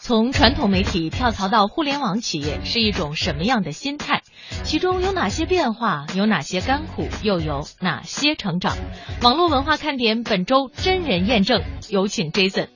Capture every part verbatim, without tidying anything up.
从传统媒体跳槽到互联网企业是一种什么样的心态？其中有哪些变化？有哪些甘苦？又有哪些成长？网络文化看点本周真人验证，有请 Jason。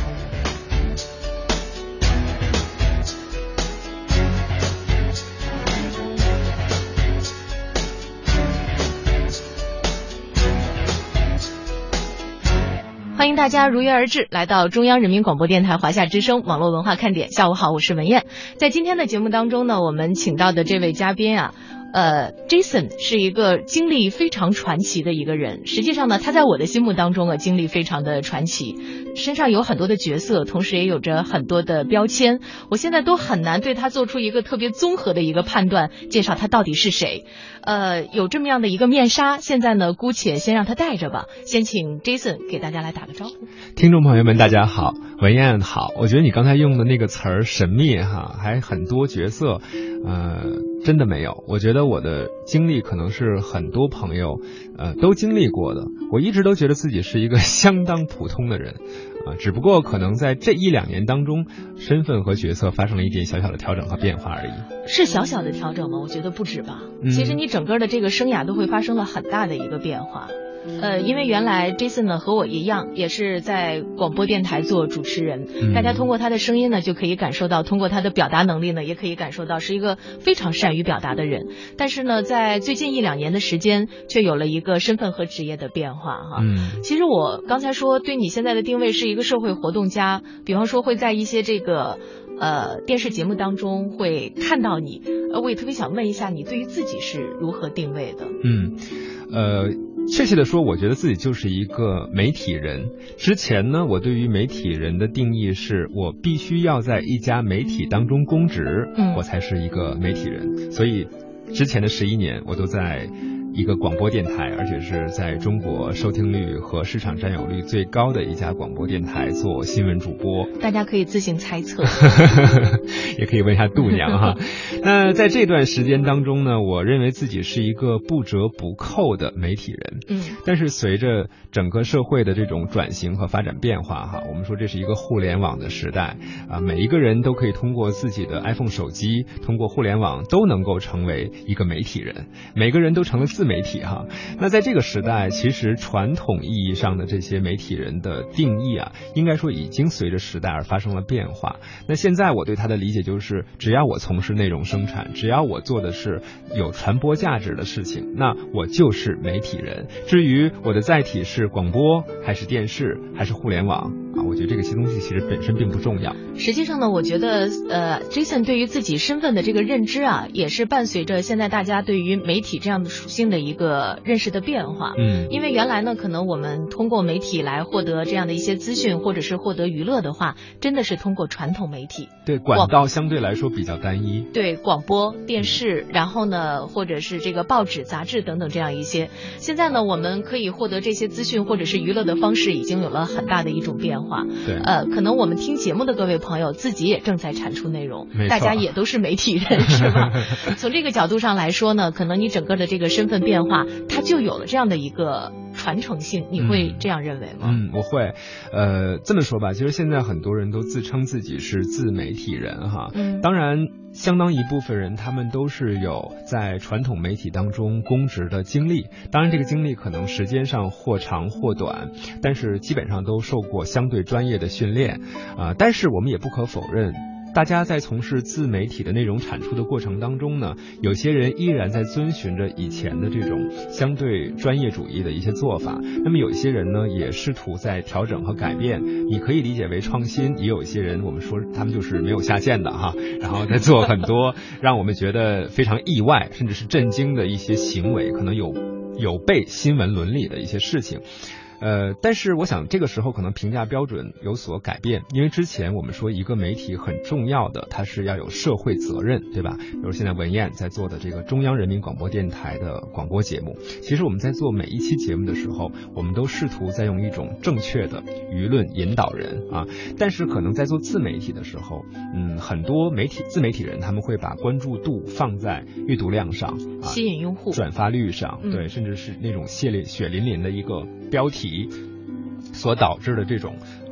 欢迎大家如约而至，来到中央人民广播电台华夏之声网络文化看点。下午好，我是文燕。在今天的节目当中呢，我们请到的这位嘉宾啊，呃 ，Jason 是一个经历非常传奇的一个人。实际上呢，他在我的心目当中啊，经历非常的传奇，身上有很多的角色，同时也有着很多的标签。我现在都很难对他做出一个特别综合的一个判断，介绍他到底是谁。呃，有这么样的一个面纱，现在呢，姑且先让他戴着吧。先请 Jason 给大家来打个招呼。 听众朋友们，大家好，文燕好。我觉得你刚才用的那个词儿神秘哈，还很多角色，呃，真的没有。我觉得我的经历可能是很多朋友呃都经历过的。我一直都觉得自己是一个相当普通的人。啊，只不过可能在这一两年当中，身份和角色发生了一点小小的调整和变化而已。 是小小的调整吗？我觉得不止吧。 嗯、 其实你整个的这个生涯都会发生了很大的一个变化。呃，因为原来 Jason 呢和我一样，也是在广播电台做主持人。 嗯、 大家通过他的声音呢，就可以感受到，通过他的表达能力呢，也可以感受到是一个非常善于表达的人。但是呢，在最近一两年的时间，却有了一个身份和职业的变化哈。 嗯， 其实我刚才说对你现在的定位是一个社会活动家，比方说会在一些这个呃电视节目当中会看到你。呃，我也特别想问一下，你对于自己是如何定位的？ 嗯，呃。确切的说，我觉得自己就是一个媒体人。之前呢，我对于媒体人的定义是我必须要在一家媒体当中公职， 嗯， 我才是一个媒体人。所以之前的十一年，我都在一个广播电台，而且是在中国收听率和市场占有率最高的一家广播电台做新闻主播。 大家可以自行猜测， 也可以问一下度娘哈。那在这段时间当中呢，我认为自己是一个不折不扣的媒体人。 嗯， 但是随着整个社会的这种转型和发展变化哈，我们说这是一个互联网的时代啊，每一个人都可以通过自己的 iPhone 手机，通过互联网都能够成为一个媒体人，每个人都成了自媒体哈。那在这个时代，其实传统意义上的这些媒体人的定义啊，应该说已经随着时代而发生了变化。那现在我对他的理解就是，只要我从事内容生产，只要我做的是有传播价值的事情，那我就是媒体人。至于我的载体是广播还是电视还是互联网啊，我觉得这个些东西其实本身并不重要。 实际上呢，我觉得呃 Jason 对于自己身份的这个认知啊，也是伴随着现在大家对于媒体这样的属性的一个认识的变化。 嗯， 因为原来呢，可能我们通过媒体来获得这样的一些资讯，或者是获得娱乐的话，真的是通过传统媒体。 对，管道相对来说比较单一。 对，广播电视，然后呢，或者是这个报纸杂志等等这样一些。现在呢，我们可以获得这些资讯或者是娱乐的方式已经有了很大的一种变化。 对， 呃，可能我们听节目的各位朋友自己也正在产出内容， 没错， 大家也都是媒体人，是吧？从这个角度上来说呢，可能你整个的这个身份变化，它就有了这样的一个传承性，你会这样认为吗？ 嗯，我会。呃，这么说吧，其实现在很多人都自称自己是自媒体人哈。 嗯， 当然，相当一部分人他们都是有在传统媒体当中公职的经历。当然，这个经历可能时间上或长或短，但是基本上都受过相对专业的训练啊、呃。但是我们也不可否认，大家在从事自媒体的内容产出的过程当中呢，有些人依然在遵循着以前的这种相对专业主义的一些做法，那么有一些人呢也试图在调整和改变，你可以理解为创新，也有一些人我们说他们就是没有下限的哈，然后在做很多让我们觉得非常意外甚至是震惊的一些行为，可能有有悖新闻伦理的一些事情。呃，但是我想这个时候可能评价标准有所改变，因为之前我们说一个媒体很重要的，它是要有社会责任，对吧？比如现在文燕在做的这个中央人民广播电台的广播节目，其实我们在做每一期节目的时候，我们都试图在用一种正确的舆论引导人啊。但是可能在做自媒体的时候，嗯，很多媒体自媒体人他们会把关注度放在阅读量上，啊、 吸引用户、 转发率上， 嗯、 对，甚至是那种血淋血淋淋的一个标题所导致的这种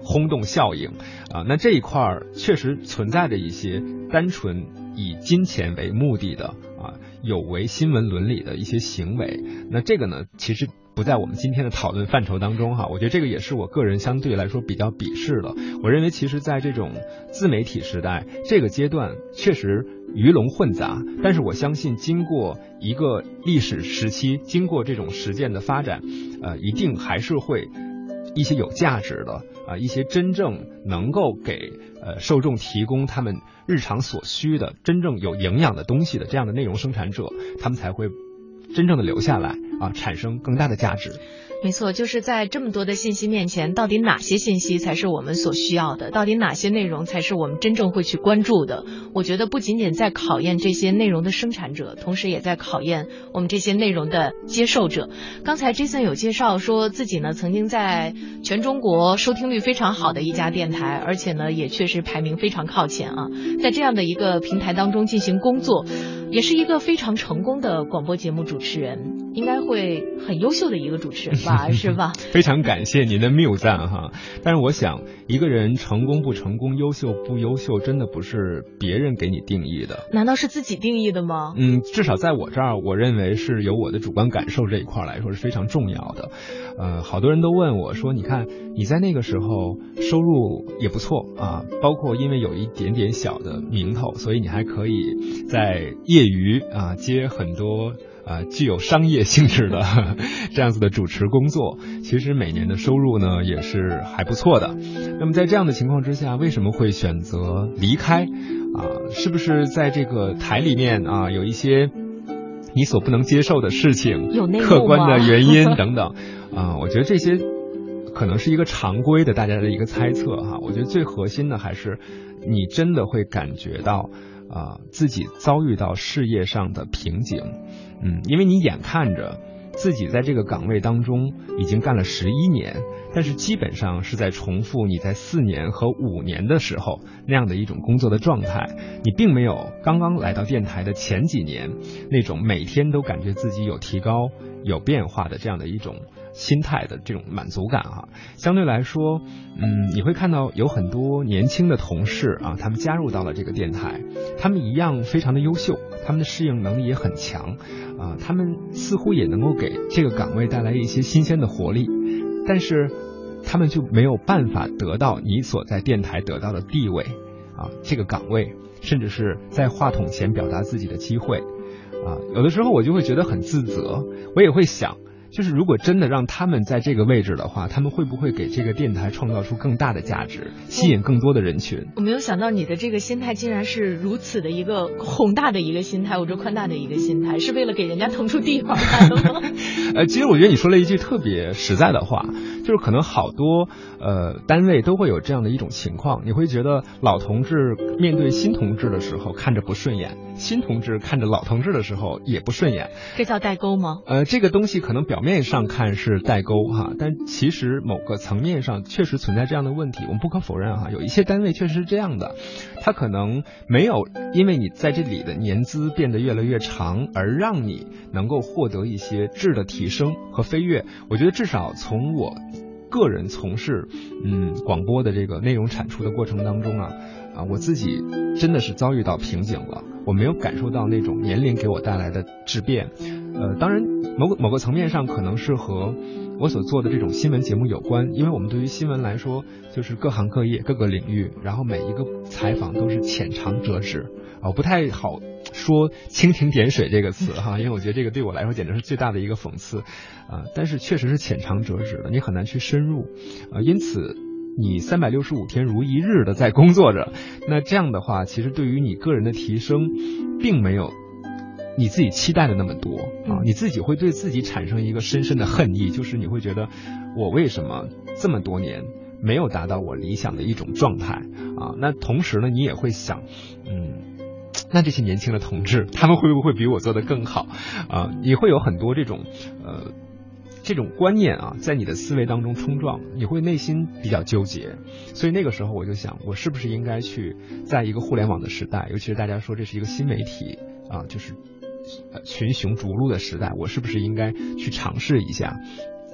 轰动效应啊。那这一块儿确实存在着一些单纯以金钱为目的的啊，有违新闻伦理的一些行为。那这个呢，其实不在我们今天的讨论范畴当中哈。我觉得这个也是我个人相对来说比较鄙视的。我认为其实在这种自媒体时代这个阶段确实鱼龙混杂，但是我相信经过一个历史时期，经过这种实践的发展，呃，一定还是会一些有价值的啊、呃，一些真正能够给呃受众提供他们日常所需的真正有营养的东西的这样的内容生产者，他们才会真正的留下来啊，产生更大的价值。 没错，就是在这么多的信息面前，到底哪些信息才是我们所需要的？到底哪些内容才是我们真正会去关注的？我觉得不仅仅在考验这些内容的生产者，同时也在考验我们这些内容的接受者。刚才 Jason 有介绍说自己呢曾经在全中国收听率非常好的一家电台，而且呢也确实排名非常靠前啊，在这样的一个平台当中进行工作，也是一个非常成功的广播节目主持人，应该会很优秀的一个主持人吧。是吧？ 非常感谢您的谬赞哈。但是我想，一个人成功不成功、优秀不优秀，真的不是别人给你定义的。 难道是自己定义的吗？ 嗯，至少在我这儿，我认为是由我的主观感受这一块来说是非常重要的。呃，好多人都问我说，你看你在那个时候收入也不错啊，包括因为有一点点小的名头，所以你还可以在业余啊接很多呃，具有商业性质的呵呵这样子的主持工作，其实每年的收入呢也是还不错的。那么在这样的情况之下，为什么会选择离开啊？是不是在这个台里面啊有一些你所不能接受的事情， 有内幕吗？ 客观的原因等等啊？我觉得这些可能是一个常规的大家的一个猜测哈。我觉得最核心的还是你真的会感觉到啊、呃、自己遭遇到事业上的瓶颈。嗯，因为你眼看着自己在这个岗位当中已经干了十一年，但是基本上是在重复你在四年和五年的时候那样的一种工作的状态，你并没有刚刚来到电台的前几年那种每天都感觉自己有提高、有变化的这样的一种心态的这种满足感啊。相对来说，嗯，你会看到有很多年轻的同事啊，他们加入到了这个电台，他们一样非常的优秀，他们的适应能力也很强啊，他们似乎也能够给这个岗位带来一些新鲜的活力，但是他们就没有办法得到你所在电台得到的地位啊，这个岗位，甚至是在话筒前表达自己的机会啊。有的时候我就会觉得很自责，我也会想，就是如果真的让他们在这个位置的话，他们会不会给这个电台创造出更大的价值，吸引更多的人群？ 我没有想到你的这个心态竟然是如此的一个宏大的一个心态，宇宙宽大的一个心态，是为了给人家腾出地方来的吗？ 呃，其实我觉得你说了一句特别实在的话，就是可能好多呃单位都会有这样的一种情况，你会觉得老同志面对新同志的时候看着不顺眼，新同志看着老同志的时候也不顺眼， 这叫代沟吗？ 呃，这个东西可能表面上看是代沟哈，但其实某个层面上确实存在这样的问题，我们不可否认哈，有一些单位确实是这样的，他可能没有因为你在这里的年资变得越来越长，而让你能够获得一些质的提升和飞跃。我觉得至少从我个人从事嗯广播的这个内容产出的过程当中啊啊，我自己真的是遭遇到瓶颈了，我没有感受到那种年龄给我带来的质变。呃，当然某个某个层面上可能是和我所做的这种新闻节目有关，因为我们对于新闻来说，就是各行各业各个领域，然后每一个采访都是浅尝辄止啊，我不太好说蜻蜓点水这个词哈，因为我觉得这个对我来说简直是最大的一个讽刺啊，但是确实是浅尝辄止的，你很难去深入啊，因此你三百六十五天如一日的在工作着，那这样的话其实对于你个人的提升并没有你自己期待的那么多啊，你自己会对自己产生一个深深的恨意，就是你会觉得我为什么这么多年没有达到我理想的一种状态啊？那同时呢，你也会想，嗯，那这些年轻的同志，他们会不会比我做得更好啊？你会有很多这种呃这种观念啊，在你的思维当中冲撞，你会内心比较纠结。所以那个时候我就想，我是不是应该去在一个互联网的时代，尤其是大家说这是一个新媒体啊，就是群雄逐鹿的时代，我是不是应该去尝试一下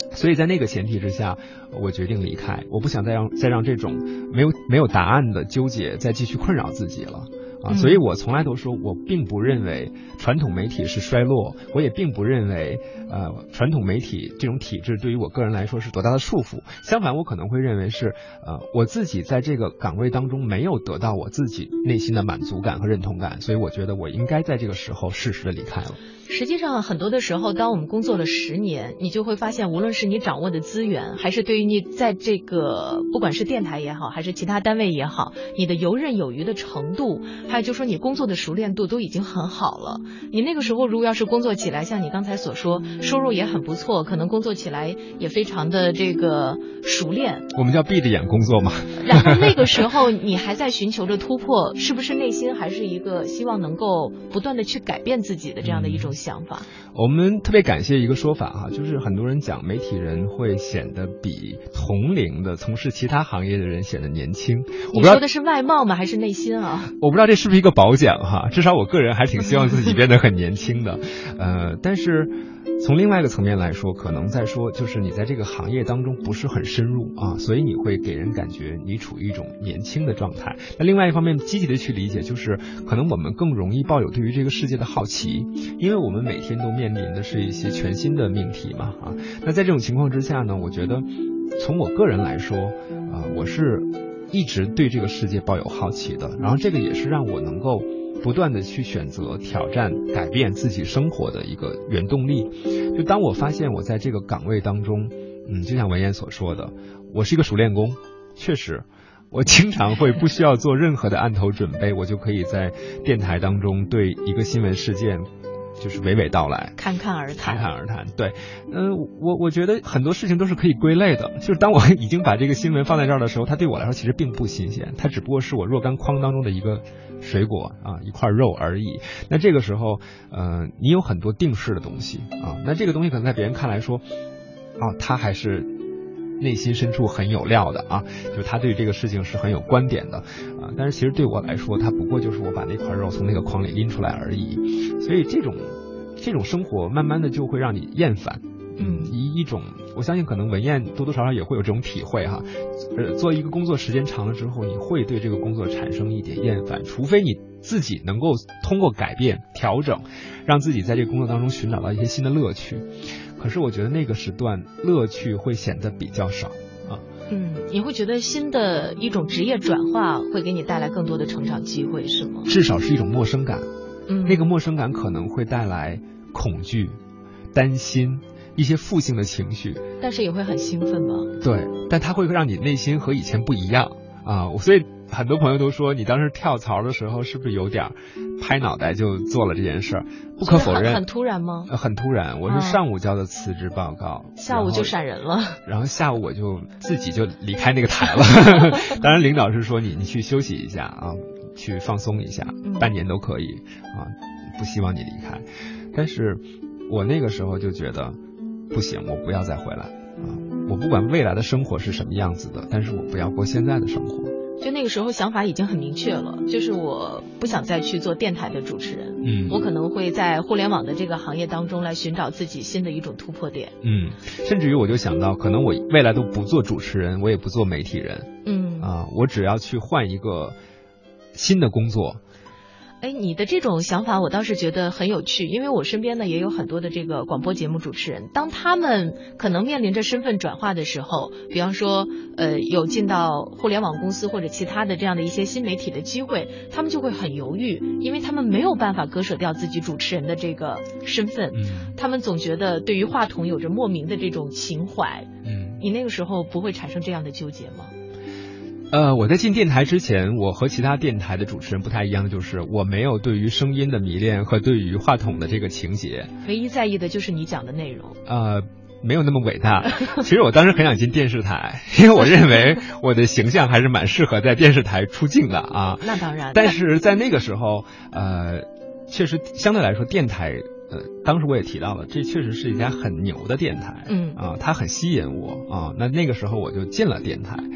所以在那个前提之下，我决定离开，我不想再让再让这种没有没有答案的纠结再继续困扰自己了。啊，所以我从来都说，我并不认为传统媒体是衰落，我也并不认为呃传统媒体这种体制对于我个人来说是多大的束缚。相反，我可能会认为是呃我自己在这个岗位当中没有得到我自己内心的满足感和认同感，所以我觉得我应该在这个时候适时的离开了。 实际上，很多的时候，当我们工作了十年，你就会发现，无论是你掌握的资源，还是对于你在这个不管是电台也好，还是其他单位也好，你的游刃有余的程度，还有就是说你工作的熟练度都已经很好了。你那个时候如果要是工作起来，像你刚才所说，收入也很不错，可能工作起来也非常的这个熟练。 我们叫闭着眼工作嘛。 然后那个时候你还在寻求着突破，是不是内心还是一个希望能够不断的去改变自己的这样的一种想法？ 我们特别感谢一个说法哈，就是很多人讲媒体人会显得比同龄的从事其他行业的人显得年轻。 你说的是外貌吗？还是内心啊？ 我不知道这是不是一个褒奖哈，至少我个人还挺希望自己变得很年轻的。呃，但是从另外一个层面来说，可能在说就是你在这个行业当中不是很深入啊，所以你会给人感觉你处于一种年轻的状态。那另外一方面，积极的去理解，就是可能我们更容易抱有对于这个世界的好奇，因为我们每天都面临的是一些全新的命题嘛啊。那在这种情况之下呢，我觉得从我个人来说啊，我是一直对这个世界抱有好奇的，然后这个也是让我能够不断的去选择挑战改变自己生活的一个原动力。就当我发现我在这个岗位当中，嗯，就像文燕所说的，我是一个熟练工，确实我经常会不需要做任何的案头准备，我就可以在电台当中对一个新闻事件就是娓娓道来， 侃侃而谈， 侃侃而谈。对，嗯、呃，我我觉得很多事情都是可以归类的。就是当我已经把这个新闻放在这儿的时候，它对我来说其实并不新鲜，它只不过是我若干筐当中的一个水果啊，一块肉而已。那这个时候，呃，你有很多定式的东西啊，那这个东西可能在别人看来说，啊，他还是内心深处很有料的啊，就他对这个事情是很有观点的啊，但是其实对我来说，他不过就是我把那块肉从那个筐里拎出来而已。所以这种这种生活慢慢的就会让你厌烦。嗯，一一种，我相信可能文燕多多少少也会有这种体会哈。呃，做一个工作时间长了之后，你会对这个工作产生一点厌烦，除非你自己能够通过改变、调整，让自己在这个工作当中寻找到一些新的乐趣。可是我觉得那个时段乐趣会显得比较少啊。 嗯，你会觉得新的一种职业转化会给你带来更多的成长机会，是吗？ 至少是一种陌生感。 嗯， 那个陌生感可能会带来恐惧、担心。一些负性的情绪， 但是也会很兴奋吧？ 对，但它会让你内心和以前不一样啊！所以很多朋友都说，你当时跳槽的时候是不是有点拍脑袋就做了这件事儿？不可否认， 很, 很突然吗？ 呃，很突然。我是上午交的辞职报告， 嗯、下午就闪人了， 然后下午我就自己就离开那个台了。当然，领导是说你你去休息一下啊，去放松一下， 嗯、 半年都可以啊，不希望你离开。但是我那个时候就觉得。不行，我不要再回来啊！我不管未来的生活是什么样子的，但是我不要过现在的生活。 就那个时候想法已经很明确了，就是我不想再去做电台的主持人， 嗯， 我可能会在互联网的这个行业当中来寻找自己新的一种突破点， 嗯，甚至于我就想到，可能我未来都不做主持人，我也不做媒体人， 嗯啊，我只要去换一个新的工作。 哎，你的这种想法我倒是觉得很有趣，因为我身边呢也有很多的这个广播节目主持人，当他们可能面临着身份转化的时候，比方说呃有进到互联网公司或者其他的这样的一些新媒体的机会，他们就会很犹豫，因为他们没有办法割舍掉自己主持人的这个身份， 嗯， 他们总觉得对于话筒有着莫名的这种情怀。 嗯， 你那个时候不会产生这样的纠结吗？ 呃，我在进电台之前，我和其他电台的主持人不太一样的就是，我没有对于声音的迷恋和对于话筒的这个情节， 唯一在意的就是你讲的内容。 呃，没有那么伟大。其实我当时很想进电视台，因为我认为我的形象还是蛮适合在电视台出镜的啊。 那当然。 但是在那个时候，呃，确实相对来说，电台。呃，当时我也提到了，这确实是一家很牛的电台， 嗯啊，它很吸引我啊。那那个时候我就进了电台，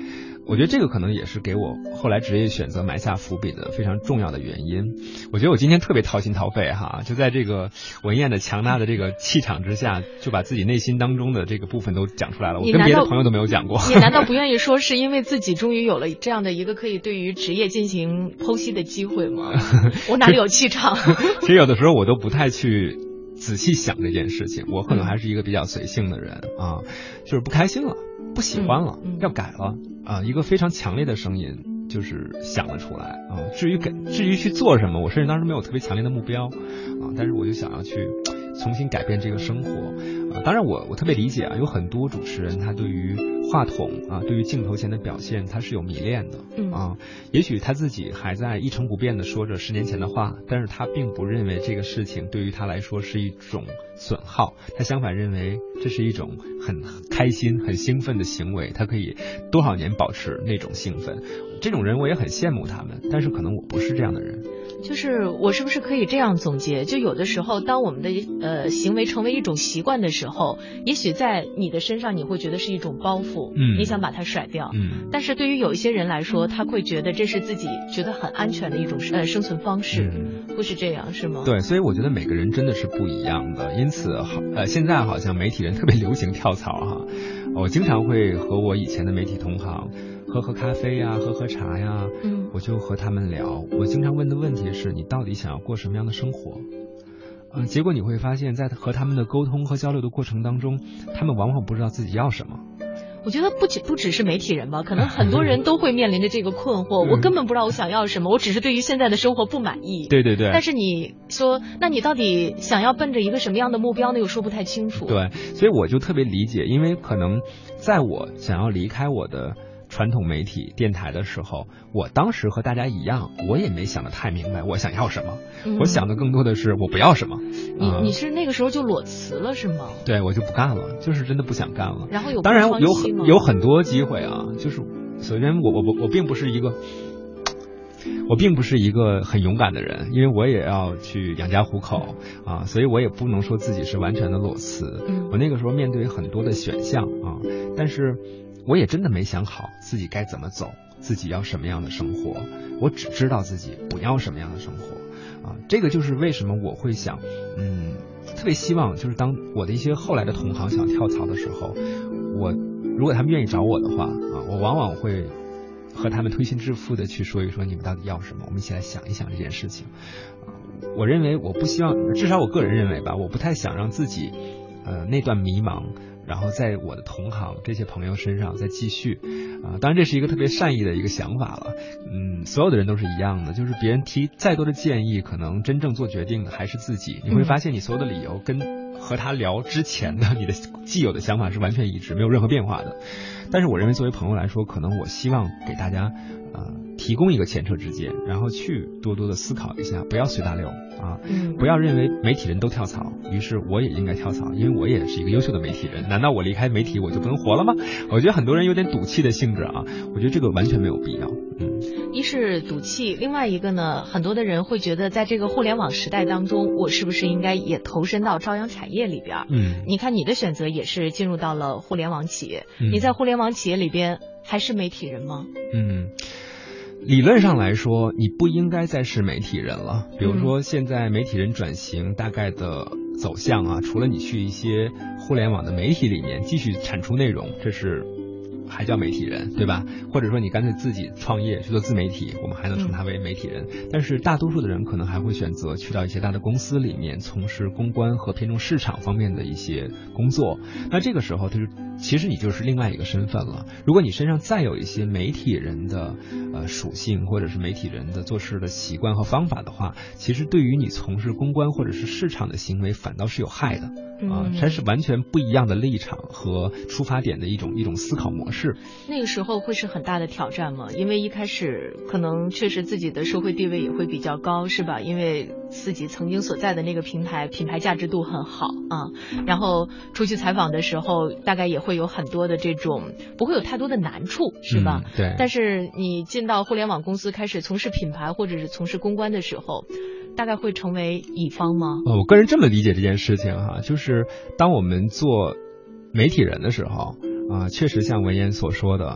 我觉得这个可能也是给我后来职业选择埋下伏笔的非常重要的原因。我觉得我今天特别掏心掏肺哈，就在这个文燕的强大的这个气场之下，就把自己内心当中的这个部分都讲出来了。我跟别的朋友都没有讲过。 你难道不愿意说是因为自己终于有了这样的一个可以对于职业进行剖析的机会吗？我哪里有气场？ 其实有的时候我都不太去仔细想这件事情，我可能还是一个比较随性的人啊，就是不开心了，不喜欢了，嗯嗯、要改了啊，一个非常强烈的声音就是想了出来啊。至于给至于去做什么，我甚至当时没有特别强烈的目标啊，但是我就想要去重新改变这个生活啊。当然我我特别理解啊，有很多主持人他对于话筒啊，对于镜头前的表现他是有迷恋的啊。也许他自己还在一成不变的说着十年前的话，但是他并不认为这个事情对于他来说是一种损耗，他相反认为这是一种很开心很兴奋的行为，他可以多少年保持那种兴奋。这种人我也很羡慕他们，但是可能我不是这样的人。 就是我是不是可以这样总结，就有的时候当我们的呃行为成为一种习惯的时候，也许在你的身上你会觉得是一种包袱，嗯，你想把它甩掉，嗯，但是对于有一些人来说，他会觉得这是自己觉得很安全的一种呃生存方式，嗯，会是这样是吗？ 对，所以我觉得每个人真的是不一样的，因此好呃现在好像媒体人特别流行跳槽哈，我经常会和我以前的媒体同行喝喝咖啡呀，喝喝茶呀，嗯，我就和他们聊。我经常问的问题是，你到底想要过什么样的生活？呃，结果你会发现在和他们的沟通和交流的过程当中，他们往往不知道自己要什么。 我觉得不仅不只是媒体人吧，可能很多人都会面临着这个困惑。我根本不知道我想要什么，我只是对于现在的生活不满意。 对对对。 但是你说，那你到底想要奔着一个什么样的目标呢？又说不太清楚。 对，所以我就特别理解，因为可能在我想要离开我的传统媒体电台的时候，我当时和大家一样，我也没想得太明白我想要什么，嗯，我想的更多的是我不要什么。 你、嗯、你是那个时候就裸辞了是吗？ 对，我就不干了，就是真的不想干了。 然后有当然有有很多机会啊，就是首先我我我我并不是一个我并不是一个很勇敢的人，因为我也要去养家糊口啊，所以我也不能说自己是完全的裸辞。嗯，我那个时候面对很多的选项啊，但是我也真的没想好自己该怎么走，自己要什么样的生活，我只知道自己不要什么样的生活啊。这个就是为什么我会想，嗯，特别希望就是当我的一些后来的同行想跳槽的时候，我如果他们愿意找我的话啊，我往往会和他们推心置腹的去说一说你们到底要什么，我们一起来想一想这件事情。我认为我不希望，至少我个人认为吧，我不太想让自己呃那段迷茫然后在我的同行这些朋友身上再继续啊、呃，当然这是一个特别善意的一个想法了。嗯，所有的人都是一样的，就是别人提再多的建议，可能真正做决定的还是自己。你会发现你所有的理由跟和他聊之前的你的既有的想法是完全一致，没有任何变化的。但是我认为作为朋友来说，可能我希望给大家呃提供一个前车之鉴，然后去多多的思考一下，不要随大流啊，不要认为媒体人都跳槽，于是我也应该跳槽，因为我也是一个优秀的媒体人，难道我离开媒体我就不能活了吗？我觉得很多人有点赌气的性质啊，我觉得这个完全没有必要。嗯， 一是赌气，另外一个呢，很多的人会觉得在这个互联网时代当中，我是不是应该也投身到朝阳产业里边？嗯，你看你的选择也是进入到了互联网企业，嗯、你在互联网企业里边还是媒体人吗？ 嗯。理论上来说，你不应该再是媒体人了。比如说，现在媒体人转型大概的走向啊，除了你去一些互联网的媒体里面继续产出内容，这是还叫媒体人，对吧？或者说你干脆自己创业去做自媒体，我们还能称他为媒体人。但是大多数的人可能还会选择去到一些大的公司里面从事公关和偏重市场方面的一些工作。那这个时候，就是其实你就是另外一个身份了。如果你身上再有一些媒体人的呃属性，或者是媒体人的做事的习惯和方法的话，其实对于你从事公关或者是市场的行为反倒是有害的啊，它是完全不一样的立场和出发点的一种一种思考模式。 那个时候会是很大的挑战吗？因为一开始可能确实自己的社会地位也会比较高，是吧？因为自己曾经所在的那个平台品牌价值度很好啊，然后出去采访的时候大概也会有很多的这种不会有太多的难处，是吧？ 嗯、对。 但是你进到互联网公司开始从事品牌或者是从事公关的时候，大概会成为乙方吗？ 呃，我个人这么理解这件事情哈，就是当我们做媒体人的时候啊、呃，确实像文言所说的，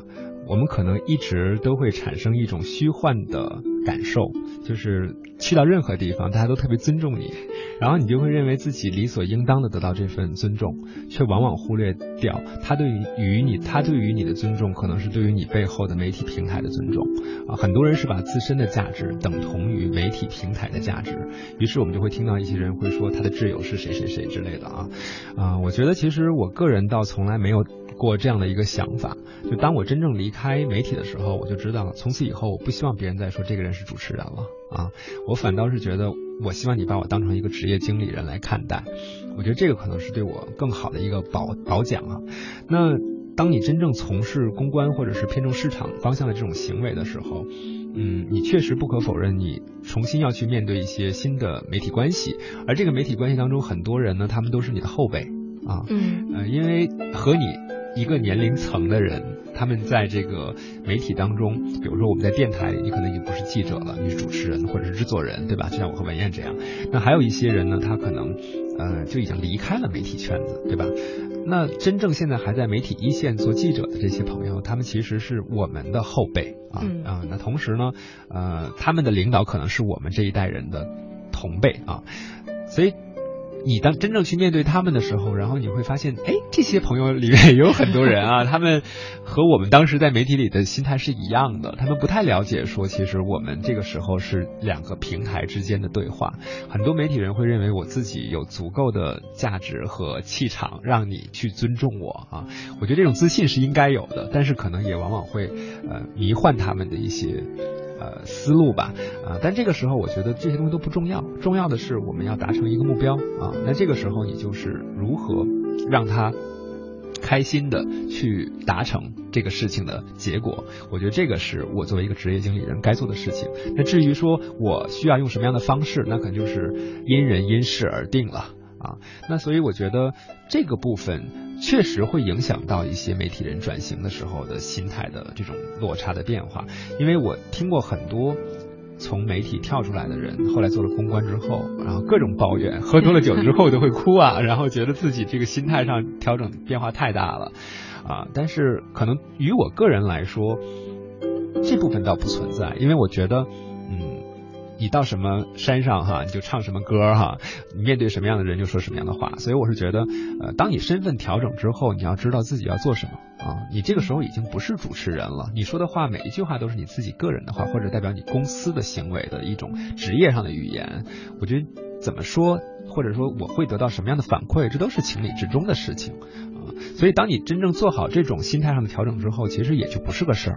我们可能一直都会产生一种虚幻的感受，就是去到任何地方大家都特别尊重你，然后你就会认为自己理所应当的得到这份尊重，却往往忽略掉他对于你他对于你的尊重可能是对于你背后的媒体平台的尊重啊。很多人是把自身的价值等同于媒体平台的价值，于是我们就会听到一些人会说他的挚友是谁谁谁之类的啊啊。我觉得其实我个人倒从来没有过这样的一个想法，就当我真正离开媒体的时候，我就知道从此以后我不希望别人再说这个人是主持人了啊，我反倒是觉得我希望你把我当成一个职业经理人来看待，我觉得这个可能是对我更好的一个褒褒奖啊。那当你真正从事公关或者是偏重市场方向的这种行为的时候，嗯，你确实不可否认，你重新要去面对一些新的媒体关系，而这个媒体关系当中，很多人呢，他们都是你的后辈啊， 嗯， 呃，因为和你一个年龄层的人，他们在这个媒体当中，比如说我们在电台里，你可能已经不是记者了，你是主持人或者是制作人，对吧？就像我和文燕这样。那还有一些人呢，他可能呃就已经离开了媒体圈子，对吧？那真正现在还在媒体一线做记者的这些朋友，他们其实是我们的后辈啊啊、 嗯呃。那同时呢，呃，他们的领导可能是我们这一代人的同辈啊，所以你当真正去面对他们的时候，然后你会发现，哎，这些朋友里面也有很多人啊，他们和我们当时在媒体里的心态是一样的，他们不太了解说，其实我们这个时候是两个平台之间的对话。很多媒体人会认为我自己有足够的价值和气场，让你去尊重我啊。我觉得这种自信是应该有的，但是可能也往往会呃迷幻他们的一些呃思路吧啊，但这个时候我觉得这些东西都不重要，重要的是我们要达成一个目标啊。那这个时候你就是如何让他开心的去达成这个事情的结果，我觉得这个是我作为一个职业经理人该做的事情。那至于说我需要用什么样的方式，那可能就是因人因事而定了啊。那所以我觉得这个部分确实会影响到一些媒体人转型的时候的心态的这种落差的变化，因为我听过很多从媒体跳出来的人，后来做了公关之后，然后各种抱怨，喝多了酒之后都会哭啊，然后觉得自己这个心态上调整变化太大了啊。但是可能于我个人来说，这部分倒不存在，因为我觉得嗯你到什么山上哈，你就唱什么歌哈，你面对什么样的人就说什么样的话。所以我是觉得呃，当你身份调整之后，你要知道自己要做什么啊。你这个时候已经不是主持人了，你说的话每一句话都是你自己个人的话，或者代表你公司的行为的一种职业上的语言。我觉得怎么说，或者说我会得到什么样的反馈，这都是情理之中的事情啊。所以当你真正做好这种心态上的调整之后，其实也就不是个事儿